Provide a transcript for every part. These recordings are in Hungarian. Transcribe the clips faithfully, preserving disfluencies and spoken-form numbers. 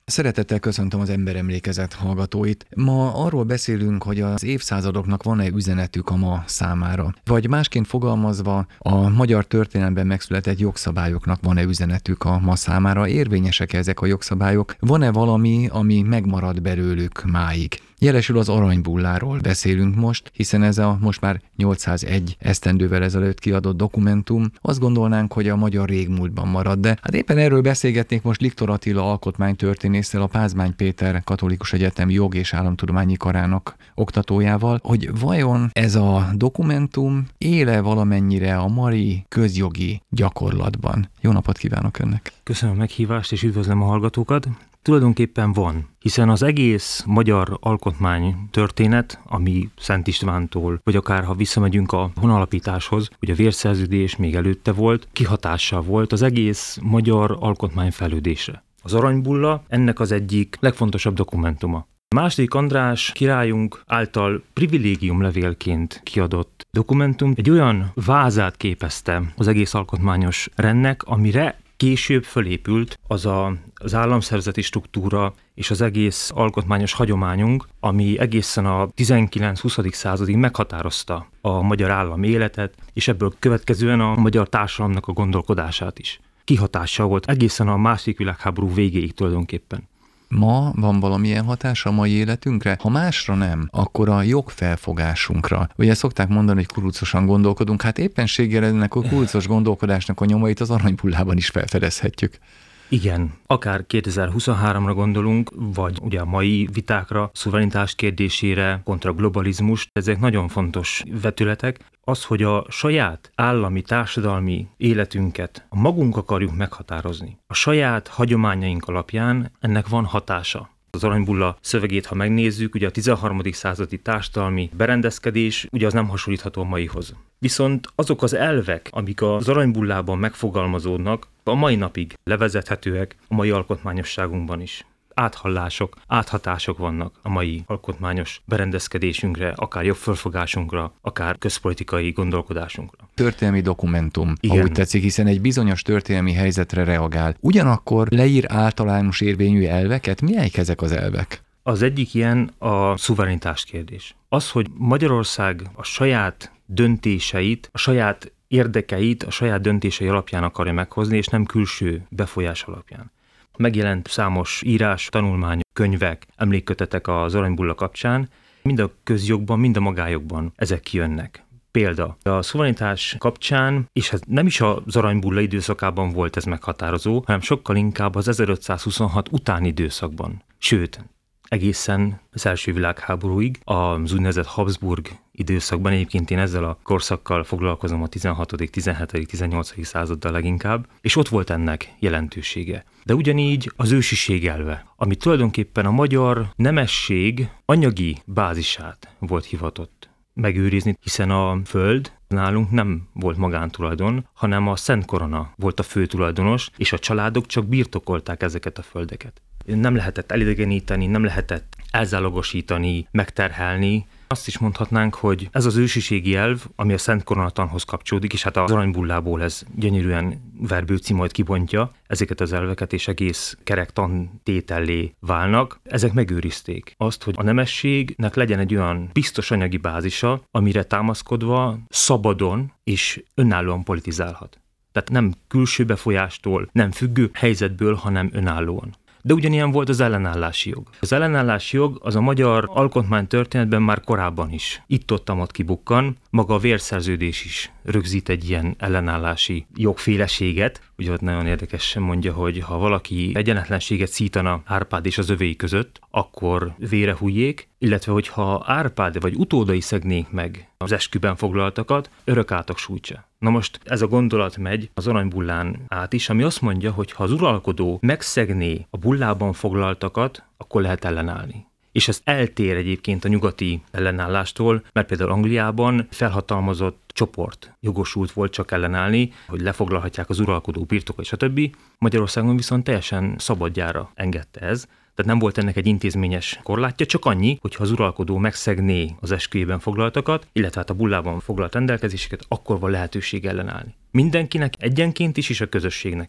Szeretettel köszöntöm az Emberemlékezet hallgatóit. Ma arról beszélünk, hogy az évszázadoknak van-e üzenetük a ma számára. Vagy másként fogalmazva, a magyar történelemben megszületett jogszabályoknak van-e üzenetük a ma számára, érvényesek ezek a jogszabályok, van-e valami, ami megmarad belőlük máig. Jelesül az aranybulláról beszélünk most, hiszen ez a most már nyolcszázegy esztendővel ezelőtt kiadott dokumentum. Azt gondolnánk, hogy a magyar régmúltban marad, de hát éppen erről beszélgetnék most Liktor Attila alkotmánytörténésszel, a Pázmány Péter Katolikus Egyetem Jog- és Államtudományi Karának oktatójával, hogy vajon ez a dokumentum éle valamennyire a mai közjogi gyakorlatban. Jó napot kívánok önnek! Köszönöm a meghívást, és üdvözlöm a hallgatókat! Tulajdonképpen van, hiszen az egész magyar alkotmány történet, ami Szent Istvántól, vagy akár ha visszamegyünk a honalapításhoz, hogy a vérszerződés még előtte volt, kihatással volt az egész magyar alkotmány fejlődésre. Az aranybulla ennek az egyik legfontosabb dokumentuma. Második András királyunk által privilégiumlevélként kiadott dokumentum egy olyan vázát képezte az egész alkotmányos rendnek, amire később fölépült az a, az államszervezeti struktúra és az egész alkotmányos hagyományunk, ami egészen a tizenkilenc-huszadik századig meghatározta a magyar állam életet, és ebből következően a magyar társadalomnak a gondolkodását is. Kihatással volt egészen a második világháború végéig tulajdonképpen. Ma van valamilyen hatása a mai életünkre? Ha másra nem, akkor a jogfelfogásunkra. Ugye szokták mondani, hogy kurucosan gondolkodunk, hát éppenséggel ennek a kurucos gondolkodásnak a nyomait az aranybullában is felfedezhetjük. Igen, akár kétezer-huszonháromra gondolunk, vagy ugye a mai vitákra, szuverenitás kérdésére, kontra globalizmus, ezek nagyon fontos vetületek. Az, hogy a saját állami, társadalmi életünket magunk akarjuk meghatározni. A saját hagyományaink alapján ennek van hatása. Az aranybulla szövegét, ha megnézzük, ugye a tizenharmadik századi társadalmi berendezkedés, ugye az nem hasonlítható a maihoz. Viszont azok az elvek, amik az aranybullában megfogalmazódnak, a mai napig levezethetőek a mai alkotmányosságunkban is. Áthallások, áthatások vannak a mai alkotmányos berendezkedésünkre, akár jogfölfogásunkra, akár közpolitikai gondolkodásunkra. Történelmi dokumentum, Igen. ahogy tetszik, hiszen egy bizonyos történelmi helyzetre reagál. Ugyanakkor leír általános érvényű elveket. Melyek ezek az elvek? Az egyik ilyen a szuverenitás kérdés. Az, hogy Magyarország a saját döntéseit, a saját érdekeit, a saját döntései alapján akarja meghozni, és nem külső befolyás alapján. Megjelent számos írás, tanulmány, könyvek, emlékkötetek az aranybulla kapcsán, mind a közjogban, mind a magájogban ezek kijönnek. Példa, a szuverenitás kapcsán, és ez nem is az aranybulla időszakában volt ez meghatározó, hanem sokkal inkább az ezerötszázhuszonhat utáni időszakban. Sőt, egészen az első világháborúig, az úgynevezett Habsburg időszakban, egyébként én ezzel a korszakkal foglalkozom a tizenhatodik, tizenhetedik, tizennyolcadik századdal leginkább, és ott volt ennek jelentősége. De ugyanígy az ősiség elve, ami tulajdonképpen a magyar nemesség anyagi bázisát volt hivatott megőrizni, hiszen a föld nálunk nem volt magántulajdon, hanem a Szent Korona volt a főtulajdonos, és a családok csak birtokolták ezeket a földeket. Nem lehetett elidegeníteni, nem lehetett elzálogosítani, megterhelni. Azt is mondhatnánk, hogy ez az ősiségi elv, ami a Szent Koronatanhoz kapcsolódik, és hát az aranybullából ez gyönyörűen Verbőci majd kibontja ezeket az elveket, és egész kerek tantétellé válnak. Ezek megőrizték azt, hogy a nemességnek legyen egy olyan biztos anyagi bázisa, amire támaszkodva szabadon és önállóan politizálhat. Tehát nem külső befolyástól, nem függő helyzetből, hanem önállóan. De ugyanilyen volt az ellenállási jog. Az ellenállási jog az a magyar alkotmány történetben már korábban is itt-ott ott kibukkan, maga a vérszerződés is rögzít egy ilyen ellenállási jogféleséget. Ugye ott nagyon érdekesen mondja, hogy ha valaki egyenetlenséget szítana Árpád és az övéi között, akkor vére hújjék, illetve hogyha Árpád vagy utódai szegnék meg az esküben foglaltakat, örök átok sújtsa. Na most ez a gondolat megy az aranybullán át is, ami azt mondja, hogy ha az uralkodó megszegné a bullában foglaltakat, akkor lehet ellenállni. És ez eltér egyébként a nyugati ellenállástól, mert például Angliában felhatalmazott csoport jogosult volt csak ellenállni, hogy lefoglalhatják az uralkodó birtokai, stb. Magyarországon viszont teljesen szabadjára engedte ez. Tehát nem volt ennek egy intézményes korlátja, csak annyi, hogyha az uralkodó megszegné az esküjében foglaltakat, illetve hát a bullában foglalt rendelkezéseket, akkor van lehetőség ellenállni. Mindenkinek egyenként is, és a közösségnek is.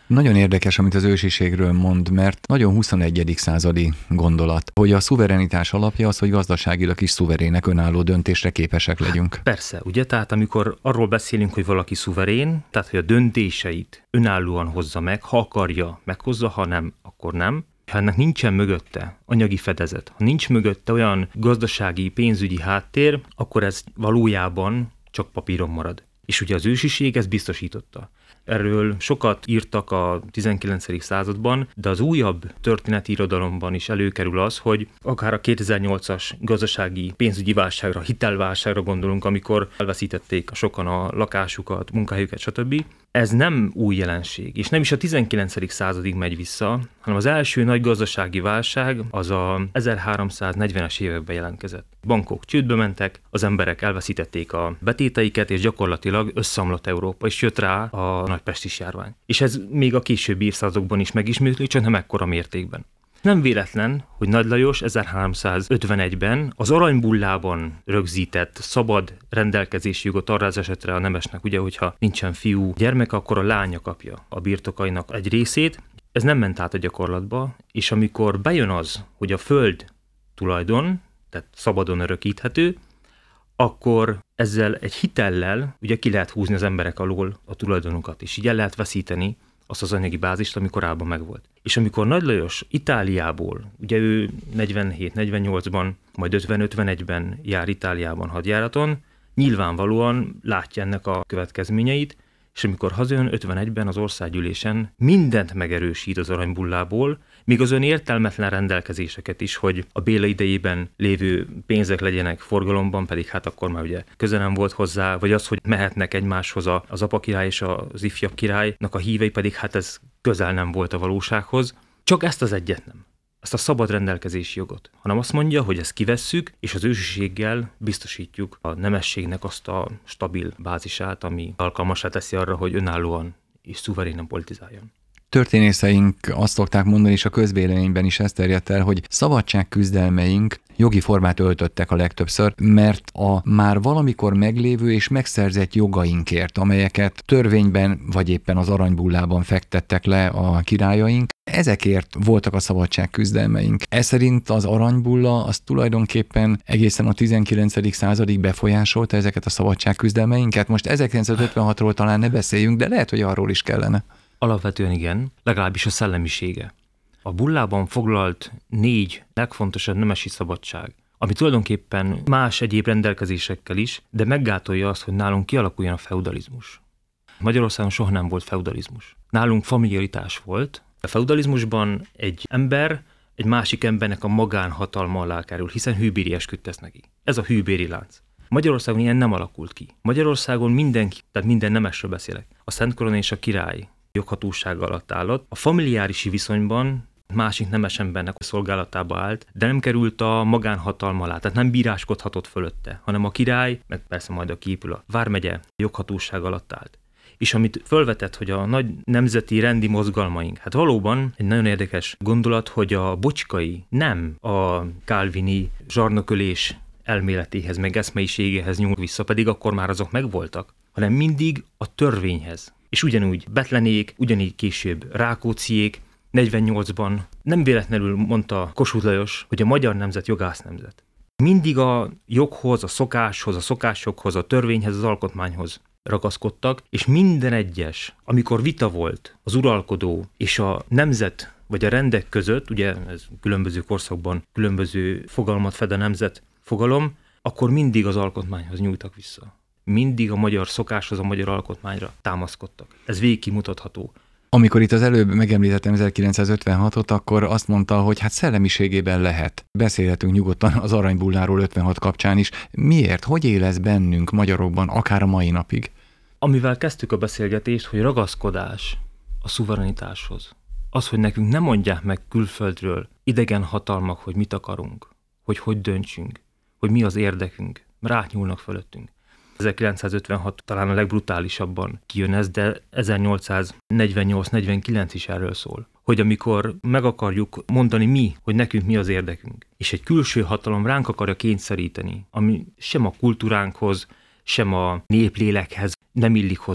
Nagyon érdekes, amit az ősiségről mond, mert nagyon huszonegyedik századi gondolat, hogy a szuverenitás alapja az, hogy gazdaságilag is szuverének, önálló döntésre képesek legyünk. Persze, ugye, tehát amikor arról beszélünk, hogy valaki szuverén, tehát hogy a döntéseit önállóan hozza meg, ha akarja, meghozza, ha nem, akkor nem. Ha ennek nincsen mögötte anyagi fedezet, ha nincs mögötte olyan gazdasági, pénzügyi háttér, akkor ez valójában csak papíron marad. És ugye az ősiség ezt biztosította. Erről sokat írtak a tizenkilencedik században, de az újabb történeti irodalomban is előkerül az, hogy akár a kétezer-nyolcas gazdasági pénzügyi válságra, hitelválságra gondolunk, amikor elveszítették sokan a lakásukat, munkájukat, stb. Ez nem új jelenség, és nem is a tizenkilencedik századig megy vissza, hanem az első nagy gazdasági válság az a ezerháromszáznegyvenes években jelentkezett. Bankok csődbe mentek, az emberek elveszítették a betéteiket, és gyakorlatilag összeomlott Európa, és jött rá a nagy pestis járvány. És ez még a későbbi évszázadokban is megismétlődik, csak nem ekkora mértékben. Nem véletlen, hogy Nagy Lajos ezerháromszázötvenegyben az aranybullában rögzített szabad rendelkezési jogot arra az esetre a nemesnek, ugye, hogyha nincsen fiú gyermek, akkor a lánya kapja a birtokainak egy részét. Ez nem ment át a gyakorlatba, és amikor bejön az, hogy a föld tulajdon, tehát szabadon örökíthető, akkor ezzel egy hitellel ugye ki lehet húzni az emberek alól a tulajdonukat, és így el lehet veszíteni azt az anyagi bázist, ami korábban megvolt. És amikor Nagy Lajos Itáliából, ugye ő negyvenhét negyvennyolcban, majd ötven ötvenegyben jár Itáliában hadjáraton, nyilvánvalóan látja ennek a következményeit, és amikor hazajön ötvenegyben az országgyűlésen mindent megerősít az aranybullából, még az ön értelmetlen rendelkezéseket is, hogy a Béla idejében lévő pénzek legyenek forgalomban, pedig hát akkor már ugye köze nem volt hozzá, vagy az, hogy mehetnek egymáshoz az apa király és az ifjabb királynak a hívei, pedig hát ez közel nem volt a valósághoz. Csak ezt az egyet nem. Ezt a szabad rendelkezési jogot, hanem azt mondja, hogy ezt kivesszük, és az ősiséggel biztosítjuk a nemességnek azt a stabil bázisát, ami alkalmassá teszi arra, hogy önállóan és szuverénen politizáljon. Történészeink azt szokták mondani, és a közvéleményben is ez terjedt el, hogy szabadságküzdelmeink jogi formát öltöttek a legtöbbször, mert a már valamikor meglévő és megszerzett jogainkért, amelyeket törvényben vagy éppen az aranybullában fektettek le a királyaink, ezekért voltak a szabadságküzdelmeink. Ez szerint az aranybulla az tulajdonképpen egészen a tizenkilencedik századig befolyásolta ezeket a szabadságküzdelmeinket. Most ezerkilencszázötvenhatról talán ne beszéljünk, de lehet, hogy arról is kellene. Alapvetően igen, legalábbis a szellemisége. A bullában foglalt négy legfontosabb nemesi szabadság, ami tulajdonképpen más egyéb rendelkezésekkel is, de meggátolja azt, hogy nálunk kialakuljon a feudalizmus. Magyarországon soha nem volt feudalizmus. Nálunk familiaritás volt. A feudalizmusban egy ember egy másik embernek a magánhatalma alá kerül, hiszen hűbéri esküt tesz neki. Ez a hűbéri lánc. Magyarországon ilyen nem alakult ki. Magyarországon mindenki, tehát minden nemesről beszélek, a Szent Korona és a király joghatósága alatt állott. A familiárisi viszonyban másik nemes embernek a szolgálatába állt, de nem került a magánhatalma alá, tehát nem bíráskodhatott fölötte, hanem a király, meg persze majd aki épül a vármegye joghatóság alatt állt. És amit fölvetett, hogy a nagy nemzeti rendi mozgalmaink, hát valóban egy nagyon érdekes gondolat, hogy a Bocskai nem a kálvini zsarnokölés elméletéhez, meg eszmeiségéhez nyúl vissza, pedig akkor már azok megvoltak, hanem mindig a törvényhez. És ugyanúgy Bethlenék, ugyanígy később Rákócziék, negyvennyolcban nem véletlenül mondta Kossuth Lajos, hogy a magyar nemzet jogász nemzet. Mindig a joghoz, a szokáshoz, a szokásokhoz, a törvényhez, az alkotmányhoz ragaszkodtak, és minden egyes, amikor vita volt az uralkodó és a nemzet vagy a rendek között, ugye ez különböző korszakban különböző fogalmat fed a nemzet fogalom, akkor mindig az alkotmányhoz nyújtak vissza. Mindig a magyar szokáshoz, a magyar alkotmányra támaszkodtak. Ez végig kimutatható. Amikor itt az előbb megemlítettem ezerkilencszázötvenhatot, akkor azt mondta, hogy hát szellemiségében lehet. Beszélhetünk nyugodtan az aranybulláról ötvenhat kapcsán is. Miért? Hogy él ez bennünk, magyarokban, akár a mai napig? Amivel kezdtük a beszélgetést, hogy ragaszkodás a szuverenitáshoz. Az, hogy nekünk nem mondják meg külföldről idegen hatalmak, hogy mit akarunk, hogy hogy döntsünk, hogy mi az érdekünk, mert átnyúlnak fölöttünk. ezerkilencszázötvenhat talán a legbrutálisabban kijön ez, de ezernyolcszáznegyvennyolc negyvenkilenc is erről szól. Hogy amikor meg akarjuk mondani mi, hogy nekünk mi az érdekünk, és egy külső hatalom ránk akarja kényszeríteni, ami sem a kultúránkhoz, sem a néplélekhez nem illik hozzá.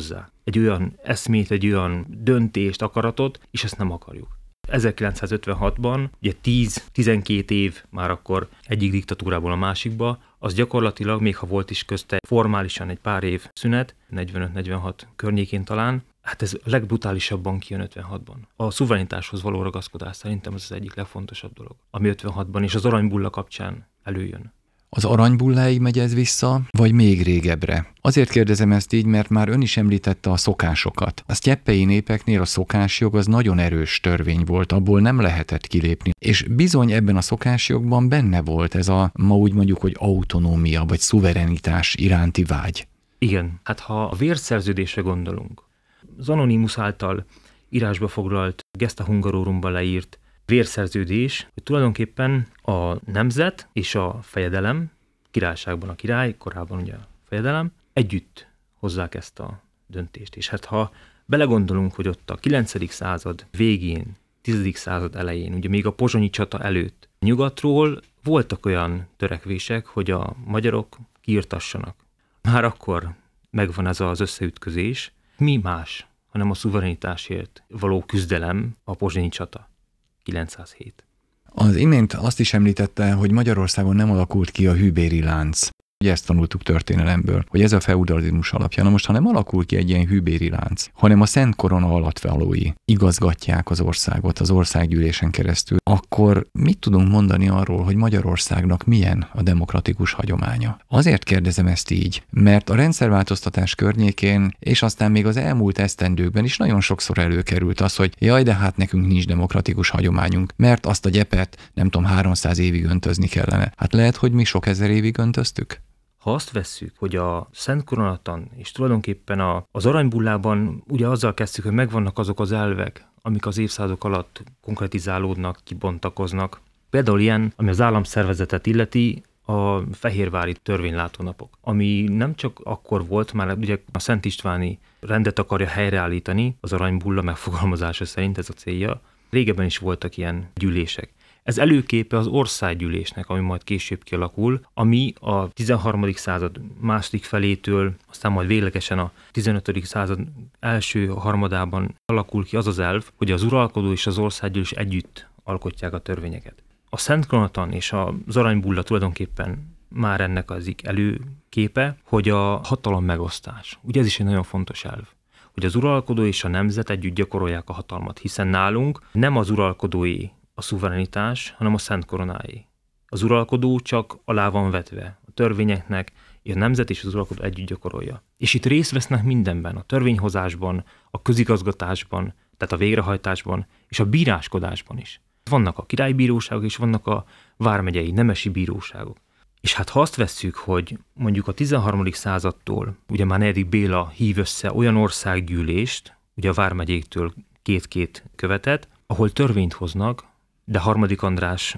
egy olyan eszmét, egy olyan döntést, akaratot, és ezt nem akarjuk. ezerkilencszázötvenhatban, ugye tíz-tizenkét év már akkor egyik diktatúrából a másikba, az gyakorlatilag, még ha volt is közte formálisan egy pár év szünet, negyvenöt-negyvenhat környékén talán, hát ez legbrutálisabban kijön ötvenhatban. A szuverenitáshoz való ragaszkodás szerintem az az egyik legfontosabb dolog, ami ötvenhatban és az aranybulla kapcsán előjön. Az aranybulláig megy ez vissza, vagy még régebbre? Azért kérdezem ezt így, mert már ön is említette a szokásokat. A sztyeppei népeknél a szokásjog az nagyon erős törvény volt, abból nem lehetett kilépni. És bizony ebben a szokásjogban benne volt ez a, ma úgy mondjuk, hogy autonómia vagy szuverenitás iránti vágy. Igen, hát ha a vérszerződésre gondolunk, az Anonymous által írásba foglalt Gesta Hungarorumban leírt vérszerződés, hogy tulajdonképpen a nemzet és a fejedelem, királyságban a király, korábban ugye a fejedelem, együtt hozzák ezt a döntést. És hát ha belegondolunk, hogy ott a kilencedik század végén, tizedik század elején, ugye még a pozsonyi csata előtt nyugatról voltak olyan törekvések, hogy a magyarok kiirtassanak. Már akkor megvan ez az összeütközés. Mi más, hanem a szuverenitásért való küzdelem, a pozsonyi csata. kilencszázhét. Az imént azt is említette, hogy Magyarországon nem alakult ki a hűbéri lánc. Ugye ezt tanultuk történelemből, hogy ez a feudalizmus alapja. Na most, ha nem alakul ki egy ilyen hűbéri lánc, hanem a Szent Korona alattvalói igazgatják az országot az országgyűlésen keresztül, akkor mit tudunk mondani arról, hogy Magyarországnak milyen a demokratikus hagyománya? Azért kérdezem ezt így, mert a rendszerváltoztatás környékén, és aztán még az elmúlt esztendőkben is nagyon sokszor előkerült az, hogy jaj, de hát nekünk nincs demokratikus hagyományunk, mert azt a gyepet, nem tudom, háromszáz évig öntözni kellene. Hát lehet, hogy mi sok ezer évig öntöztük? Ha azt vesszük, hogy a Szent Koronatan és tulajdonképpen a, az aranybullában ugye azzal kezdtük, hogy megvannak azok az elvek, amik az évszázadok alatt konkretizálódnak, kibontakoznak. Például ilyen, ami az államszervezetet illeti, a fehérvári törvénylátónapok, ami nem csak akkor volt, már ugye a Szent Istváni rendet akarja helyreállítani, az aranybulla megfogalmazása szerint ez a célja. Régebben is voltak ilyen gyűlések. Ez előképe az országgyűlésnek, ami majd később kialakul, ami a tizenharmadik század második felétől, aztán majd véglegesen a tizenötödik század első harmadában alakul ki az az elv, hogy az uralkodó és az országgyűlés együtt alkotják a törvényeket. A Szent Koronatan és az aranybulla tulajdonképpen már ennek az előképe, hogy a hatalom megosztás. Ugye ez is egy nagyon fontos elv, hogy az uralkodó és a nemzet együtt gyakorolják a hatalmat, hiszen nálunk nem az uralkodói a szuverenitás, hanem a Szent Koronáé. Az uralkodó csak alá van vetve a törvényeknek, és a nemzet és az uralkodó együtt gyakorolja. És itt részt vesznek mindenben, a törvényhozásban, a közigazgatásban, tehát a végrehajtásban, és a bíráskodásban is. Vannak a királybíróságok, és vannak a vármegyei, nemesi bíróságok. És hát ha azt vesszük, hogy mondjuk a tizenharmadik századtól, ugye már negyedik Béla hív össze olyan országgyűlést, ugye a vármegyéktől két-két követet, ahol törvényt hoznak, de Harmadik András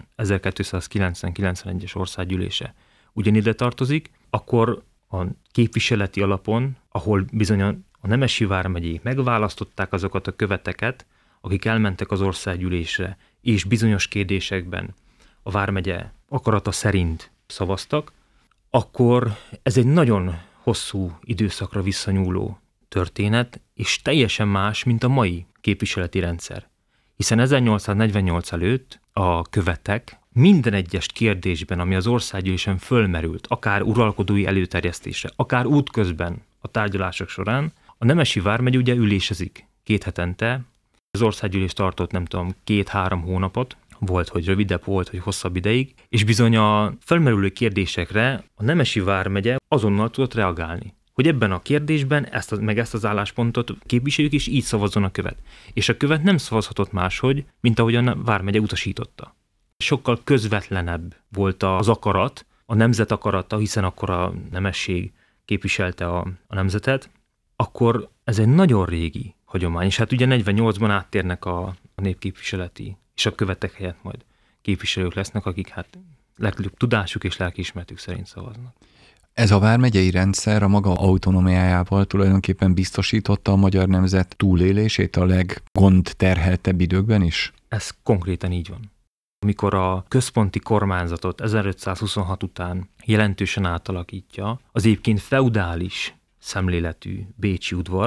ezerkétszázkilencven-kilencvenegyes országgyűlése ugyanide tartozik, akkor a képviseleti alapon, ahol bizony a nemesi vármegyék megválasztották azokat a követeket, akik elmentek az országgyűlésre, és bizonyos kérdésekben a vármegye akarata szerint szavaztak, akkor ez egy nagyon hosszú időszakra visszanyúló történet, és teljesen más, mint a mai képviseleti rendszer. Hiszen ezernyolcszáznegyvennyolc előtt a követek minden egyes kérdésben, ami az országgyűlésen fölmerült, akár uralkodói előterjesztésre, akár útközben a tárgyalások során, a nemesi vármegy ugye ülésezik két hetente, az országgyűlés tartott nem tudom két-három hónapot, volt, hogy rövidebb, volt, hogy hosszabb ideig, és bizony a felmerülő kérdésekre a nemesi vármegye azonnal tudott reagálni, hogy ebben a kérdésben ezt, meg ezt az álláspontot képviseljük, és így szavazzon a követ. És a követ nem szavazhatott máshogy, mint ahogy a vármegye utasította. Sokkal közvetlenebb volt az akarat, a nemzet akarata, hiszen akkor a nemesség képviselte a, a nemzetet, akkor ez egy nagyon régi hagyomány, és hát ugye negyvennyolcban áttérnek a, a népképviseleti, és a követek helyett majd képviselők lesznek, akik hát legtöbb tudásuk és lelkiismeretük szerint szavaznak. Ez a vármegyei rendszer a maga autonómiájával tulajdonképpen biztosította a magyar nemzet túlélését a leggond terheltebb időkben is? Ez konkrétan így van. Amikor a központi kormányzatot ezerötszázhuszonhat után jelentősen átalakítja, az egyébként feudális szemléletű bécsi udvar,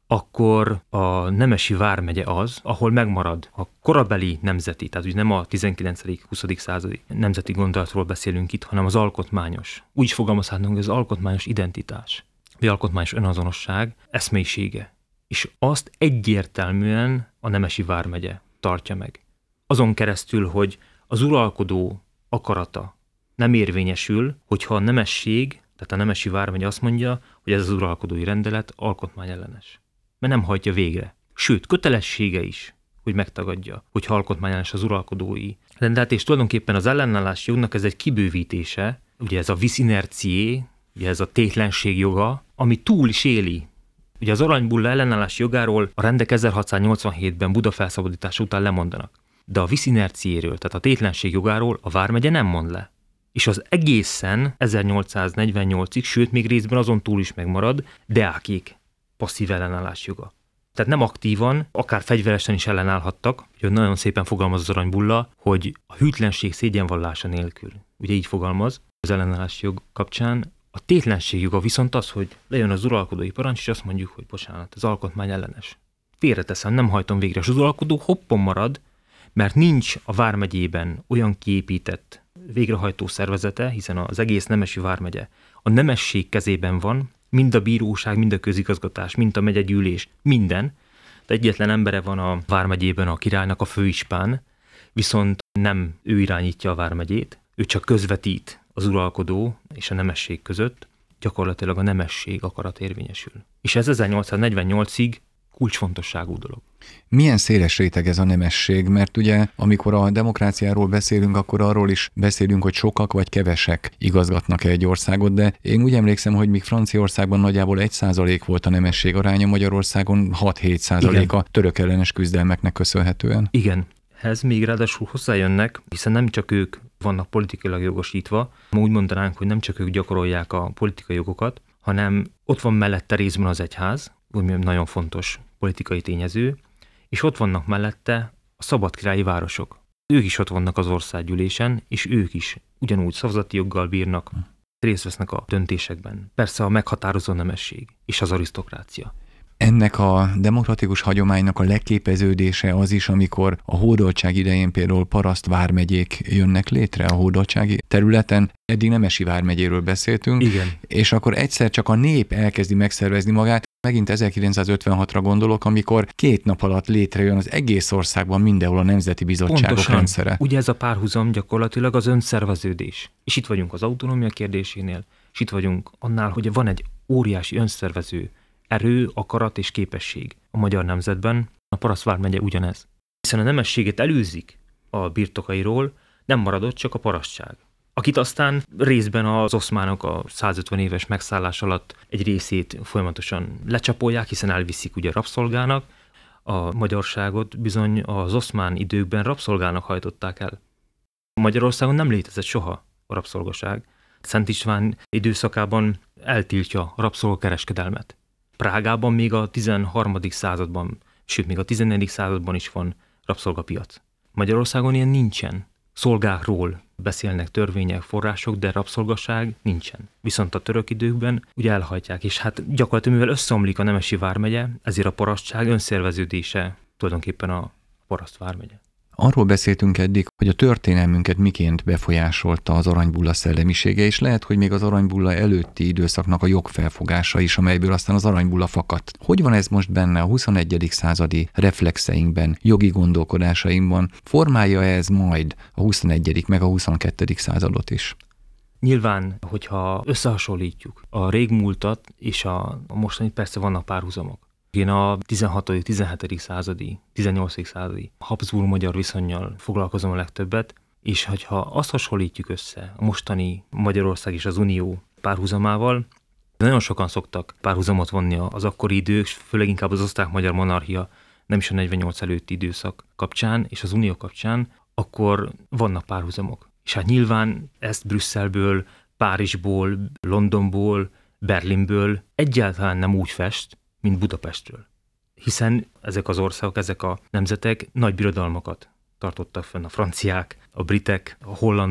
akkor a Nemesi vármegye az, ahol megmarad a korabeli nemzeti, tehát ugye nem a tizenkilencedik-huszadik századi nemzeti gondolatról beszélünk itt, hanem az alkotmányos. Úgy fogalmazhatunk, hogy az alkotmányos identitás, vagy alkotmányos önazonosság eszmélyisége. És azt egyértelműen a Nemesi vármegye tartja meg. Azon keresztül, hogy az uralkodó akarata nem érvényesül, hogyha a nemesség, tehát a Nemesi vármegye azt mondja, hogy ez az uralkodói rendelet alkotmányellenes. Mert nem hajtja végre. Sőt, kötelessége is, hogy megtagadja, hogyha alkotmányellenes az uralkodói rendelet, és tulajdonképpen az ellenállási jognak ez egy kibővítése, ugye ez a vis inertiae, ugye ez a tétlenség joga, ami túl is éli. Ugye az aranybulla ellenállási jogáról a rendek ezerhatszáznyolcvanhétben Buda felszabadítása után lemondanak. De a vis inertiaéről, tehát a tétlenség jogáról a vármegye nem mond le. És az egészen ezernyolcszáznegyvennyolcig, sőt még részben azon túl is megmarad, deákék passzív ellenállás joga. Tehát nem aktívan, akár fegyveresen is ellenállhattak, hogy nagyon szépen fogalmaz az aranybulla, hogy a hűtlenség szégyenvallása nélkül. Ugye így fogalmaz az ellenállási jog kapcsán. A tétlenség joga viszont az, hogy lejön az uralkodói parancs, és azt mondjuk, hogy bocsánat, az alkotmány ellenes. Félreteszem, nem hajtom végre, és az uralkodó hoppon marad, mert nincs a vármegyében olyan kiépített végrehajtó szervezete, hiszen az egész nemesi vármegye a nemesség kezében van, mind a bíróság, mind a közigazgatás, mind a megyegyűlés, minden. De egyetlen embere van a vármegyében a királynak, a főispán, viszont nem ő irányítja a vármegyét, ő csak közvetít az uralkodó és a nemesség között, gyakorlatilag a nemesség akarat érvényesül. És ez ezernyolcszáznegyvennyolcig kulcsfontosságú dolog. Milyen széles réteg ez a nemesség? Mert ugye, amikor a demokráciáról beszélünk, akkor arról is beszélünk, hogy sokak vagy kevesek igazgatnak egy országot, de én úgy emlékszem, hogy míg Franciaországban nagyjából egy százalék volt a nemesség aránya, Magyarországon hat-hét százalék a török ellenes küzdelmeknek köszönhetően. Igen. Ez még ráadásul hozzájönnek, hiszen nem csak ők vannak politikailag jogosítva, úgy mondanánk, hogy nem csak ők gyakorolják a politikai jogokat, hanem ott van mellette részben az egyház, ami nagyon fontos politikai tényező, és ott vannak mellette a szabadkirályi városok. Ők is ott vannak az országgyűlésen, és ők is ugyanúgy szavazati joggal bírnak, részt vesznek a döntésekben. Persze a meghatározó nemesség és az arisztokrácia. Ennek a demokratikus hagyománynak a leképeződése az is, amikor a hódoltság idején például paraszt vármegyék jönnek létre a hódoltsági területen. Eddig nemesi vármegyéről beszéltünk, Igen. És akkor egyszer csak a nép elkezdi megszervezni magát. Megint ezerkilencszázötvenhatra gondolok, amikor két nap alatt létrejön az egész országban mindenhol a nemzeti bizottságok Pontosan. rendszere. Ugye ez a párhuzam gyakorlatilag az önszerveződés. És itt vagyunk az autonómia kérdésénél, és itt vagyunk annál, hogy van egy óriási önszervező erő, akarat és képesség a magyar nemzetben. A paraszt vármegye ugyanez. Hiszen a nemességet előzik a birtokairól, nem maradott csak a parasztság, akit aztán részben az oszmánok a százötven éves megszállás alatt egy részét folyamatosan lecsapolják, hiszen elviszik ugye rabszolgának. A magyarságot bizony az oszmán időkben rabszolgának hajtották el. Magyarországon nem létezett soha a rabszolgaság. Szent István időszakában eltiltja a rabszolgakereskedelmet. Prágában még a tizenharmadik században, sőt még a tizennegyedik században is van rabszolgapiac. Magyarországon ilyen nincsen. Szolgákról beszélnek törvények, források, de rabszolgaság nincsen. Viszont a török időkben ugye elhajtják, és hát gyakorlatilag mivel összeomlik a nemesi vármegye, ezért a parasztság önszerveződése tulajdonképpen a paraszt vármegye. Arról beszéltünk eddig, hogy a történelmünket miként befolyásolta az aranybulla szellemisége, és lehet, hogy még az aranybulla előtti időszaknak a jogfelfogása is, amelyből aztán az aranybulla fakadt. Hogy van ez most benne a huszonegyedik századi reflexeinkben, jogi gondolkodásainkban? Formálja ez majd a huszonegyedik meg a huszonkettedik századot is? Nyilván, hogyha összehasonlítjuk a régmúltat és a mostani, persze vannak párhuzamok. Én a tizenhatodik tizenhetedik századi, tizennyolcadik századi Habsburg-magyar viszonnyal foglalkozom a legtöbbet, és hogyha azt hasonlítjuk össze a mostani Magyarország és az Unió párhuzamával, nagyon sokan szoktak párhuzamot vonni az akkori idők, főleg inkább az osztrák-magyar monarchia, nem is a negyvennyolc előtti időszak kapcsán, és az Unió kapcsán, akkor vannak párhuzamok. És hát nyilván ezt Brüsszelből, Párizsból, Londonból, Berlinből egyáltalán nem úgy fest, mint Budapestről. Hiszen ezek az országok, ezek a nemzetek nagy birodalmakat tartottak fenn, a franciák, a britek, a hollandok,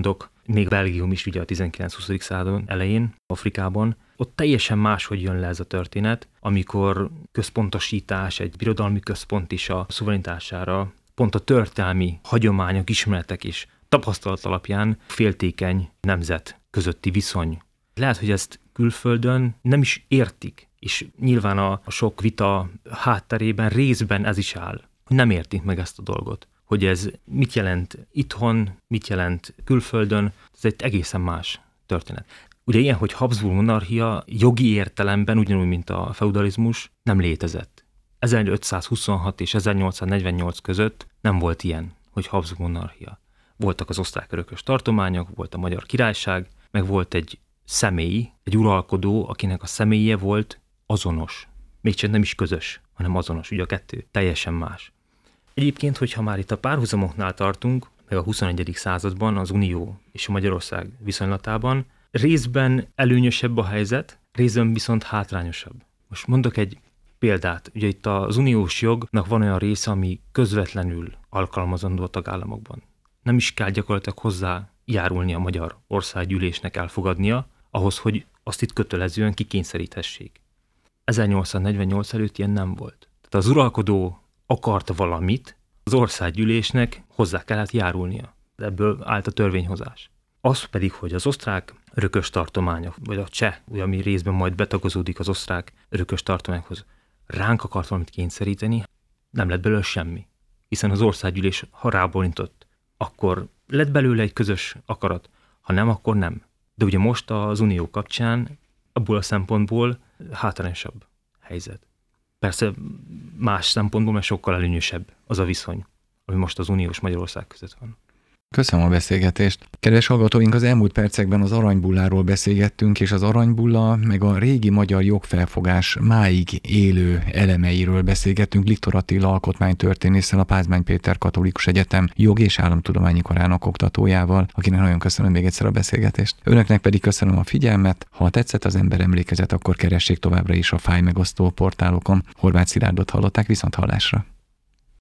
még Belgium is ugye a tizenkilenc-huszadik század elején, Afrikában, ott teljesen máshogy jön le ez a történet, amikor központosítás, egy birodalmi központ is a szuverenitására, pont a történelmi hagyományok, ismeretek és tapasztalat alapján féltékeny nemzet közötti viszony. Lehet, hogy ezt külföldön nem is értik, és nyilván a, a sok vita hátterében részben ez is áll. Nem értik meg ezt a dolgot, hogy ez mit jelent itthon, mit jelent külföldön, ez egy egészen más történet. Ugye ilyen, hogy Habsburg monarchia jogi értelemben, ugyanúgy, mint a feudalizmus, nem létezett. ezerötszázhuszonhat és ezernyolcszáznegyvennyolc között nem volt ilyen, hogy Habsburg monarchia. Voltak az osztrák örökös tartományok, volt a Magyar Királyság, meg volt egy személy, egy uralkodó, akinek a személye volt azonos. Mégsem nem is közös, hanem azonos. Ugye a kettő teljesen más. Egyébként, hogyha már itt a párhuzamoknál tartunk, meg a huszonegyedik században az Unió és a Magyarország viszonylatában, részben előnyösebb a helyzet, részben viszont hátrányosabb. Most mondok egy példát. Ugye itt az uniós jognak van olyan része, ami közvetlenül alkalmazandó a tagállamokban. Nem is kell gyakorlatilag hozzá járulni a Magyar Országgyűlésnek elfogadnia, ahhoz, hogy azt itt kötelezően kikényszeríthessék. ezernyolcszáznegyvennyolc előtt ilyen nem volt. Tehát az uralkodó akarta valamit, az országgyűlésnek hozzá kellett járulnia. Ebből állt a törvényhozás. Az pedig, hogy az osztrák örökös tartományok, vagy a cseh, ugye, ami részben majd betagozódik az osztrák örökös tartományokhoz, ránk akart valamit kényszeríteni, nem lett belőle semmi. Hiszen az országgyűlés, ha rábólintott, akkor lett belőle egy közös akarat, ha nem, akkor nem. De ugye most az unió kapcsán abból a szempontból hátrányosabb helyzet. Persze más szempontból, mert sokkal előnyösebb az a viszony, ami most az uniós Magyarország között van. Köszönöm a beszélgetést. Kedves hallgatóink, az elmúlt percekben az aranybulláról beszélgettünk, és az aranybulla meg a régi magyar jogfelfogás máig élő elemeiről beszélgettünk Liktor Attila alkotmánytörténésszel, a Pázmány Péter Katolikus Egyetem jog- és államtudományi karának oktatójával, akinek nagyon köszönöm még egyszer a beszélgetést. Önöknek pedig köszönöm a figyelmet. Ha tetszett az Emberemlékezet, akkor keressék továbbra is a fájmegosztó portálokon. Horváth Szilárdot hallották, viszont hallásra.